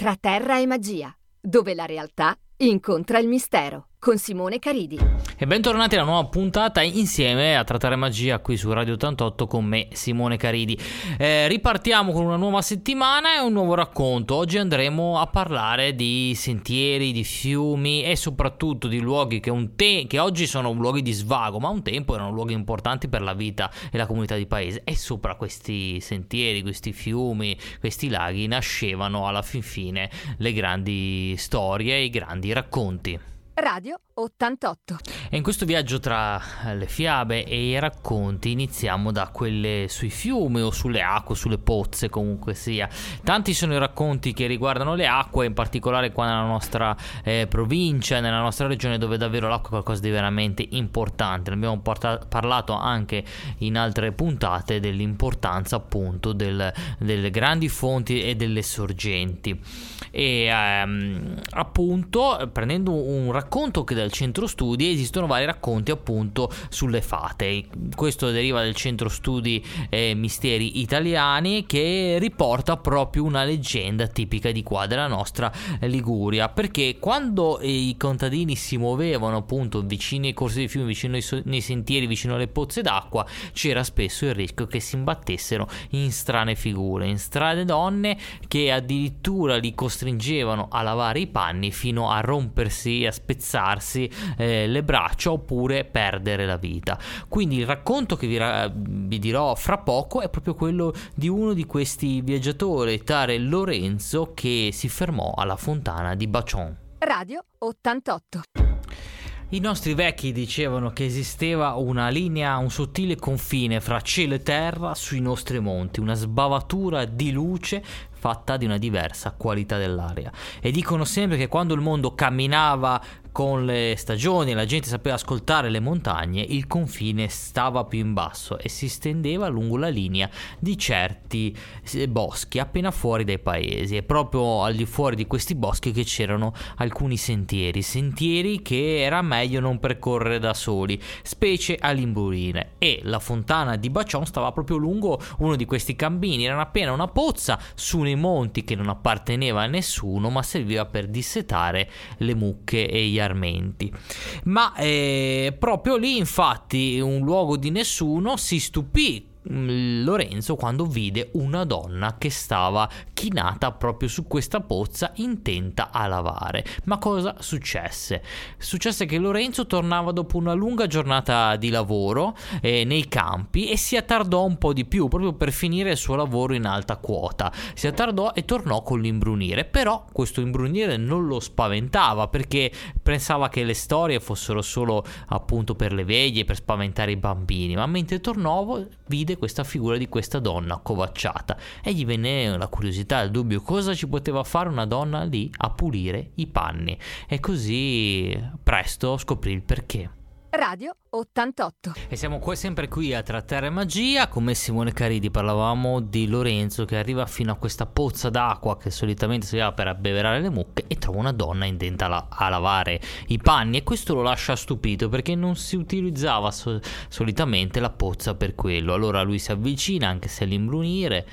Tra terra e magia, dove la realtà incontra il mistero, con Simone Caridi. E bentornati alla nuova puntata insieme a Trattare Magia qui su Radio 88 con me, Simone Caridi. Ripartiamo con una nuova settimana e un nuovo racconto. Oggi andremo a parlare di sentieri, di fiumi e soprattutto di luoghi che oggi sono luoghi di svago, ma un tempo erano luoghi importanti per la vita e la comunità di paese. E sopra questi sentieri, questi fiumi, questi laghi nascevano alla fin fine le grandi storie e i grandi racconti. Radio 88. E in questo viaggio tra le fiabe e i racconti iniziamo da quelle sui fiumi o sulle acque, sulle pozze, comunque sia. Tanti sono i racconti che riguardano le acque, in particolare qua nella nostra provincia, nella nostra regione, dove davvero l'acqua è qualcosa di veramente importante. Ne abbiamo parlato anche in altre puntate dell'importanza appunto delle grandi fonti e delle sorgenti. E appunto, prendendo un racconto che dal centro studi, esistono vari racconti appunto sulle fate. Questo deriva del centro studi misteri italiani, che riporta proprio una leggenda tipica di qua della nostra Liguria, perché quando i contadini si muovevano appunto vicino ai corsi di fiumi, vicino nei sentieri, vicino alle pozze d'acqua, c'era spesso il rischio che si imbattessero in strane figure, in strane donne che addirittura li costringevano a lavare i panni fino a rompersi, a spezzarsi le braccia oppure perdere la vita. Quindi il racconto che vi dirò fra poco è proprio quello di uno di questi viaggiatori, tale Lorenzo, che si fermò alla fontana di Bachon. Radio 88. I nostri vecchi dicevano che esisteva una linea, un sottile confine fra cielo e terra sui nostri monti, una sbavatura di luce fatta di una diversa qualità dell'aria. E dicono sempre che quando il mondo camminava con le stagioni e la gente sapeva ascoltare le montagne, il confine stava più in basso e si stendeva lungo la linea di certi boschi appena fuori dai paesi. E proprio al di fuori di questi boschi che c'erano alcuni sentieri che era meglio non percorrere da soli, specie all'imbrunire. E la fontana di Bachon stava proprio lungo uno di questi cammini. Era appena una pozza su nei monti che non apparteneva a nessuno, ma serviva per dissetare le mucche e gli armenti. Ma proprio lì, infatti, un luogo di nessuno, si stupì Lorenzo quando vide una donna che stava chinata proprio su questa pozza, intenta a lavare. Ma cosa successe? Successe che Lorenzo tornava dopo una lunga giornata di lavoro nei campi e si attardò un po' di più proprio per finire il suo lavoro in alta quota. Si attardò e tornò con l'imbrunire, però questo imbrunire non lo spaventava, perché pensava che le storie fossero solo appunto per le veglie, per spaventare i bambini. Ma mentre tornò vide questa figura di questa donna accovacciata e gli venne la curiosità, il dubbio: cosa ci poteva fare una donna lì a pulire i panni? E così presto scoprì il perché. Radio 88. E siamo sempre qui a Trattare Magia. Come Simone Caridi parlavamo di Lorenzo che arriva fino a questa pozza d'acqua che solitamente si va per abbeverare le mucche e trova una donna intenta a lavare i panni, e questo lo lascia stupito perché non si utilizzava solitamente la pozza per quello. Allora lui si avvicina, anche se all'imbrunire,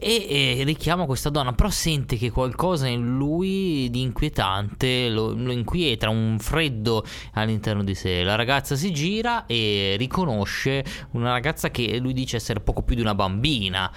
e richiama questa donna, però sente che qualcosa in lui di inquietante lo inquieta, un freddo all'interno di sé. La ragazza si gira e riconosce una ragazza che lui dice essere poco più di una bambina,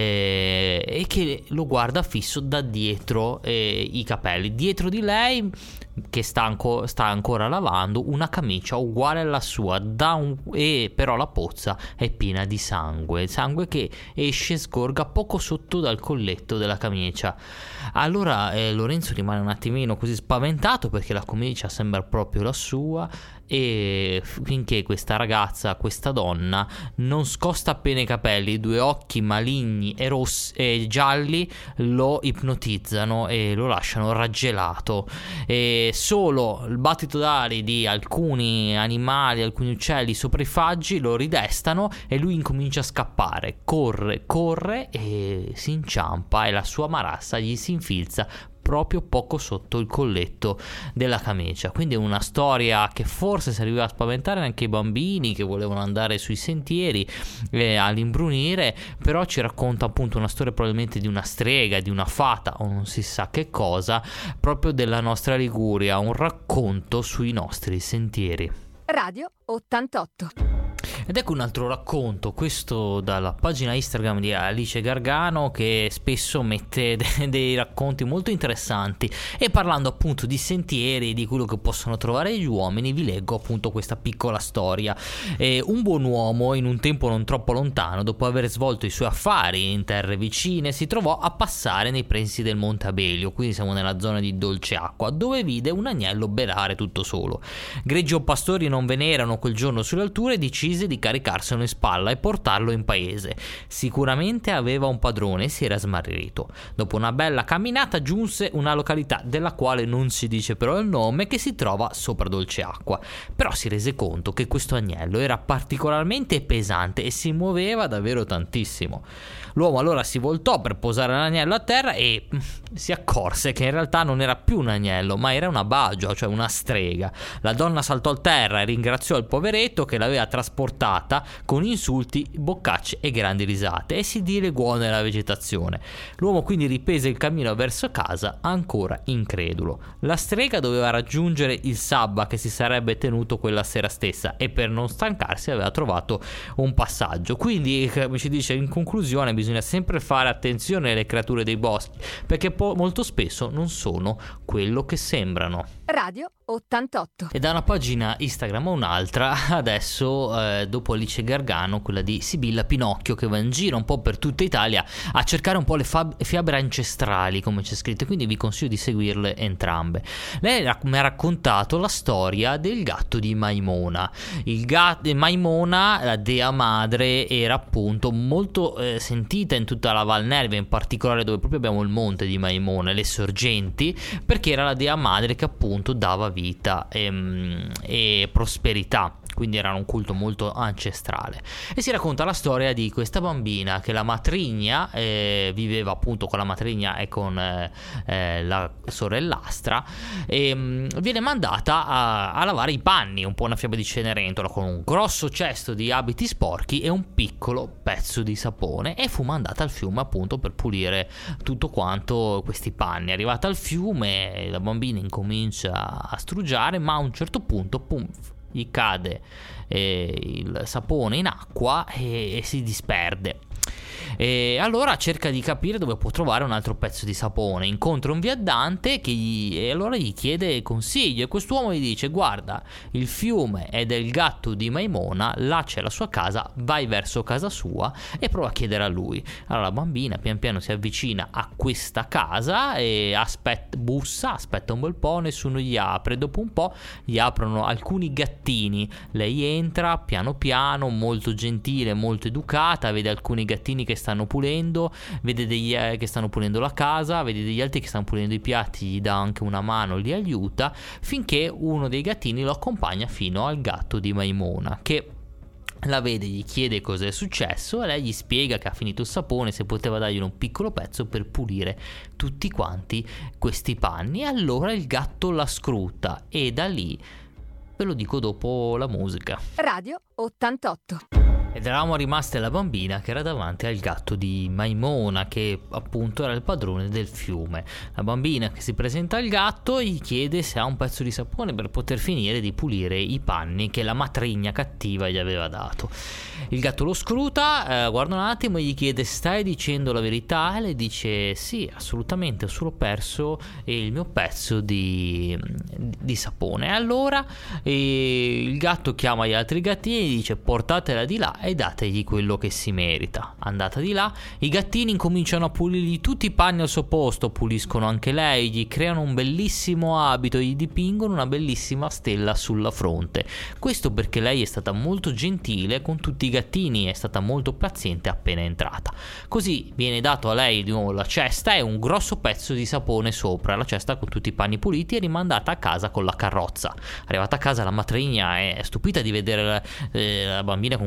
e che lo guarda fisso da dietro i capelli. Dietro di lei, che sta ancora lavando, una camicia uguale alla sua, e però la pozza è piena di sangue che esce, sgorga poco sotto dal colletto della camicia. Allora Lorenzo rimane un attimino così spaventato, perché la camicia sembra proprio la sua, e finché questa ragazza, questa donna, non scosta appena i capelli, i due occhi maligni e rossi e gialli lo ipnotizzano e lo lasciano raggelato. E solo il battito d'ali di alcuni animali, alcuni uccelli sopra i faggi lo ridestano e lui incomincia a scappare, corre e si inciampa, e la sua marassa gli si infilza proprio poco sotto il colletto della camicia. Quindi è una storia che forse serviva a spaventare anche i bambini che volevano andare sui sentieri all'imbrunire, però ci racconta appunto una storia probabilmente di una strega, di una fata o non si sa che cosa, proprio della nostra Liguria, un racconto sui nostri sentieri. Radio 88. Ed ecco un altro racconto, questo dalla pagina Instagram di Alice Gargano, che spesso mette dei racconti molto interessanti, e parlando appunto di sentieri e di quello che possono trovare gli uomini, vi leggo appunto questa piccola storia. Un buon uomo, in un tempo non troppo lontano, dopo aver svolto i suoi affari in terre vicine, si trovò a passare nei pressi del Monte Abelio, quindi siamo nella zona di Dolceacqua, dove vide un agnello belare tutto solo. Greggi o pastori non ve n'erano quel giorno sulle alture e decise di caricarselo in spalla e portarlo in paese. Sicuramente aveva un padrone e si era smarrito. Dopo una bella camminata giunse una località della quale non si dice però il nome, che si trova sopra Dolceacqua. Però si rese conto che questo agnello era particolarmente pesante e si muoveva davvero tantissimo. L'uomo allora si voltò per posare l'agnello a terra e si accorse che in realtà non era più un agnello, ma era una baggia, cioè una strega. La donna saltò a terra e ringraziò il poveretto che l'aveva trasportata con insulti, boccacce e grandi risate, e si dileguò nella vegetazione. L'uomo quindi riprese il cammino verso casa, ancora incredulo. La strega doveva raggiungere il sabba che si sarebbe tenuto quella sera stessa, e per non stancarsi aveva trovato un passaggio. Quindi, come ci dice in conclusione, bisogna sempre fare attenzione alle creature dei boschi, perché molto spesso non sono quello che sembrano. Radio 88. E da una pagina Instagram a un'altra, adesso dopo Alice Gargano, quella di Sibilla Pinocchio, che va in giro un po' per tutta Italia a cercare un po' le fiabe ancestrali, come c'è scritto, quindi vi consiglio di seguirle entrambe. Lei mi ha raccontato la storia del gatto di Maimona. Maimona, la dea madre, era appunto molto sentita in tutta la Val Nervia, in particolare dove proprio abbiamo il monte di Maimona, le sorgenti, perché era la dea madre che appunto dava vita e prosperità. Quindi era un culto molto ancestrale. E si racconta la storia di questa bambina che la matrigna viveva appunto con la matrigna e con la sorellastra, e viene mandata a lavare i panni, un po' una fiaba di Cenerentola, con un grosso cesto di abiti sporchi e un piccolo pezzo di sapone, e fu mandata al fiume appunto per pulire tutto quanto questi panni. Arrivata al fiume, la bambina incomincia a strugiare, ma a un certo punto, pum, gli cade il sapone in acqua e si disperde. E allora cerca di capire dove può trovare un altro pezzo di sapone. Incontra un viandante e allora gli chiede consiglio, e quest'uomo gli dice: guarda, il fiume è del gatto di Maimona, là c'è la sua casa, vai verso casa sua e prova a chiedere a lui. Allora la bambina pian piano si avvicina a questa casa e bussa, aspetta un bel po', nessuno gli apre. Dopo un po' gli aprono alcuni gattini. Lei entra piano piano, molto gentile, molto educata, vede alcuni gattini che stanno pulendo, vede che stanno pulendo la casa, vede degli altri che stanno pulendo i piatti, gli dà anche una mano, li aiuta, finché uno dei gattini lo accompagna fino al gatto di Maimona, che la vede, gli chiede cosa è successo e lei gli spiega che ha finito il sapone, se poteva darglielo un piccolo pezzo per pulire tutti quanti questi panni. E allora il gatto la scruta, e da lì ve lo dico dopo la musica. Radio 88. Ed eravamo rimaste alla bambina che era davanti al gatto di Maimona, che appunto era il padrone del fiume. La bambina che si presenta al gatto gli chiede se ha un pezzo di sapone per poter finire di pulire i panni che la matrigna cattiva gli aveva dato. Il gatto lo scruta, guarda un attimo e gli chiede: stai dicendo la verità? E lei dice: sì, assolutamente, ho solo perso il mio pezzo di sapone. Allora il gatto chiama gli altri gattini e gli dice: portatela di là e dategli quello che si merita. Andata di là, i gattini incominciano a pulirgli tutti i panni al suo posto, puliscono anche lei, gli creano un bellissimo abito, gli dipingono una bellissima stella sulla fronte. Questo perché lei è stata molto gentile con tutti i gattini, è stata molto paziente appena entrata. Così viene dato a lei di nuovo la cesta e un grosso pezzo di sapone sopra la cesta con tutti i panni puliti, e rimandata a casa con la carrozza. Arrivata a casa, la matrigna è stupita di vedere la bambina con questo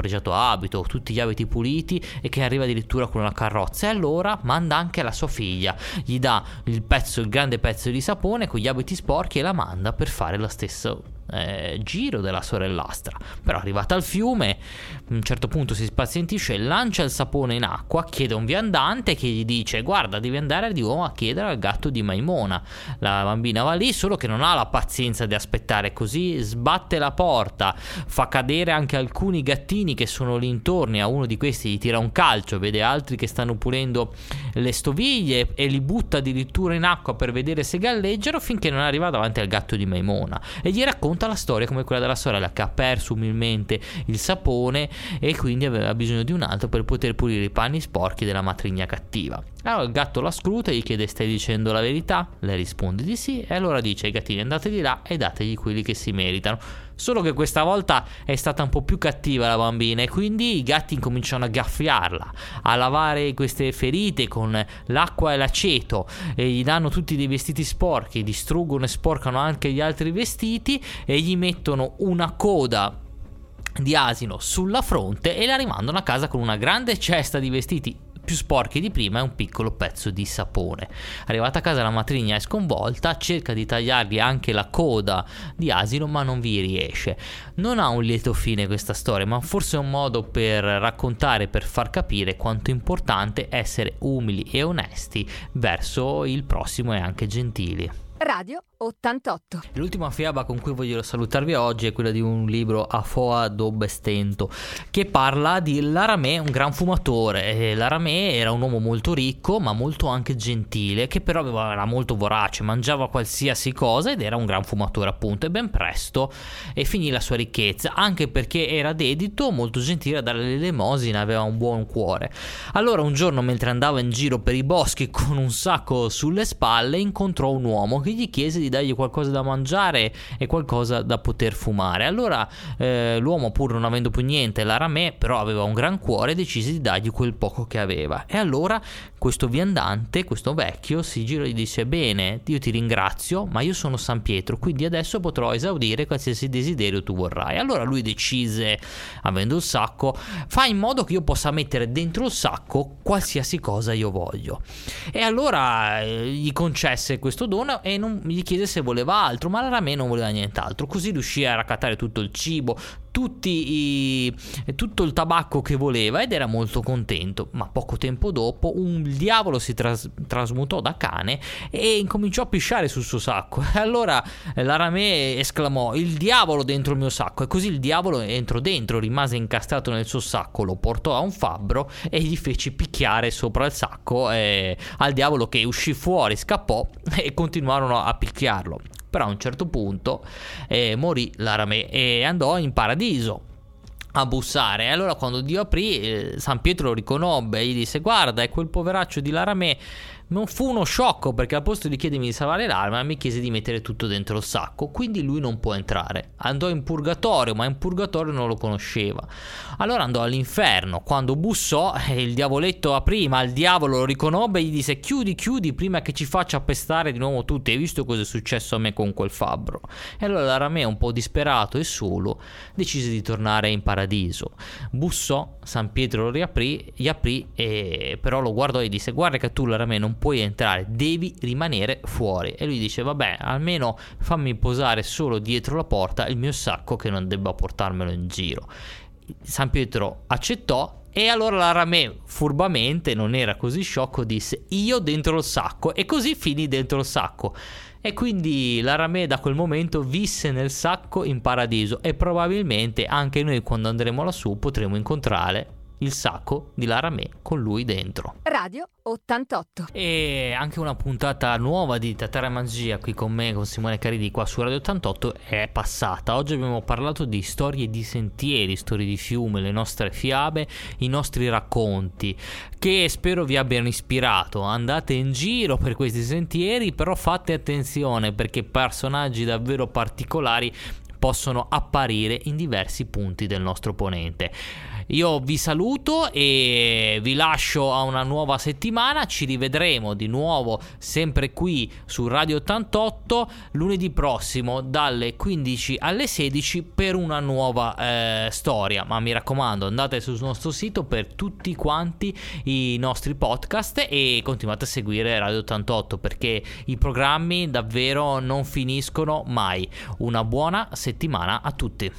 pregiato abito, tutti gli abiti puliti, e che arriva addirittura con una carrozza. E allora manda anche la sua figlia, gli dà il grande pezzo di sapone con gli abiti sporchi e la manda per fare lo stesso giro della sorellastra. Però arrivata al fiume, a un certo punto si spazientisce, lancia il sapone in acqua, chiede a un viandante che gli dice: guarda, devi andare di nuovo a chiedere al gatto di Maimona. La bambina va lì, solo che non ha la pazienza di aspettare, così sbatte la porta, fa cadere anche alcuni gattini che sono lì intorno, e a uno di questi gli tira un calcio, vede altri che stanno pulendo le stoviglie e li butta addirittura in acqua per vedere se galleggiano, finché non arriva davanti al gatto di Maimona e gli racconta la storia come quella della sorella che ha perso umilmente il sapone e quindi aveva bisogno di un altro per poter pulire i panni sporchi della matrigna cattiva. Allora il gatto la scruta e gli chiede: stai dicendo la verità? Lei risponde di sì, e allora dice ai gattini: andate di là e dategli quelli che si meritano. Solo che questa volta è stata un po' più cattiva la bambina, e quindi i gatti incominciano a graffiarla, a lavare queste ferite con l'acqua e l'aceto, e gli danno tutti dei vestiti sporchi, distruggono e sporcano anche gli altri vestiti e gli mettono una coda di asino sulla fronte e la rimandano a casa con una grande cesta di vestiti più sporchi di prima e un piccolo pezzo di sapone. Arrivata a casa la matrigna è sconvolta, cerca di tagliargli anche la coda di asino ma non vi riesce. Non ha un lieto fine questa storia, ma forse è un modo per raccontare, per far capire quanto è importante essere umili e onesti verso il prossimo e anche gentili. Radio 88. L'ultima fiaba con cui voglio salutarvi oggi è quella di un libro a Foa do Bestento, che parla di Laramè, un gran fumatore. E Laramè era un uomo molto ricco ma molto anche gentile, che però era molto vorace, mangiava qualsiasi cosa ed era un gran fumatore appunto, e ben presto finì la sua ricchezza, anche perché era dedito, molto gentile a dare l'elemosina, aveva un buon cuore. Allora un giorno, mentre andava in giro per i boschi con un sacco sulle spalle, incontrò un uomo che gli chiese di dargli qualcosa da mangiare e qualcosa da poter fumare. Allora l'uomo, pur non avendo più niente, Laramè però aveva un gran cuore, decise di dargli quel poco che aveva. E allora questo viandante, questo vecchio, si girò e gli disse: bene, io ti ringrazio, ma io sono San Pietro, quindi adesso potrò esaudire qualsiasi desiderio tu vorrai. Allora lui decise, avendo il sacco: fai in modo che io possa mettere dentro il sacco qualsiasi cosa io voglio. E allora gli concesse questo dono e non gli chiese se voleva altro, ma Laramè non voleva nient'altro. Così riuscì a raccattare tutto il cibo, tutto il tabacco che voleva, ed era molto contento. Ma poco tempo dopo il diavolo si trasmutò da cane e incominciò a pisciare sul suo sacco. E allora Laramè esclamò: il diavolo dentro il mio sacco. E così il diavolo entrò dentro, rimase incastrato nel suo sacco, lo portò a un fabbro e gli fece picchiare sopra il sacco al diavolo, che uscì fuori, scappò e continuarono a picchiarlo. Però a un certo punto morì Laramè e andò in paradiso a bussare. E allora quando Dio aprì, San Pietro lo riconobbe e gli disse: guarda, è quel poveraccio di Laramè. Non fu uno sciocco, perché al posto di chiedermi di salvare l'arma mi chiese di mettere tutto dentro il sacco, quindi lui non può entrare. Andò in purgatorio, ma in purgatorio non lo conosceva. Allora andò all'inferno. Quando bussò, il diavoletto aprì, ma il diavolo lo riconobbe e gli disse: chiudi prima che ci faccia pestare di nuovo tutti. Hai visto cosa è successo a me con quel fabbro? E allora Laramè, un po' disperato e solo, decise di tornare in paradiso. Bussò, San Pietro gli aprì, e però lo guardò e disse: guarda che tu, Laramè, non puoi entrare, devi rimanere fuori. E lui dice: vabbè, almeno fammi posare solo dietro la porta il mio sacco, che non debba portarmelo in giro. San Pietro accettò, e allora Laramè, furbamente, non era così sciocco, disse: io dentro il sacco, e così finì dentro il sacco. E quindi Laramè da quel momento visse nel sacco in paradiso, e probabilmente anche noi, quando andremo lassù, potremo incontrare il sacco di Laramè con lui dentro. Radio 88. E anche una puntata nuova di Tatara Magia qui con me, con Simone Caridi, qua su Radio 88, è passata. Oggi abbiamo parlato di storie di sentieri, storie di fiume, le nostre fiabe, i nostri racconti, che spero vi abbiano ispirato. Andate in giro per questi sentieri, però fate attenzione, perché personaggi davvero particolari possono apparire in diversi punti del nostro ponente. Io vi saluto e vi lascio a una nuova settimana. Ci rivedremo di nuovo sempre qui su Radio 88 lunedì prossimo dalle 15 alle 16 per una nuova storia. Ma mi raccomando, andate sul nostro sito per tutti quanti i nostri podcast e continuate a seguire Radio 88 perché i programmi davvero non finiscono mai. Una buona settimana a tutti.